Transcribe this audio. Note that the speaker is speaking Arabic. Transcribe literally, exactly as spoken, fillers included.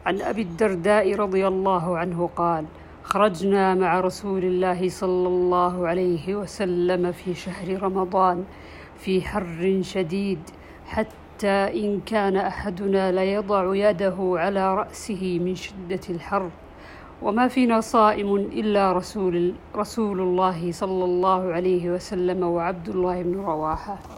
عن أبي الدرداء رضي الله عنه قال: خرجنا مع رسول الله صلى الله عليه وسلم في شهر رمضان في حر شديد، حتى إن كان أحدنا ليضع يده على رأسه من شدة الحر، وما فينا صائم إلا رسول, رسول الله صلى الله عليه وسلم وعبد الله بن رواحة.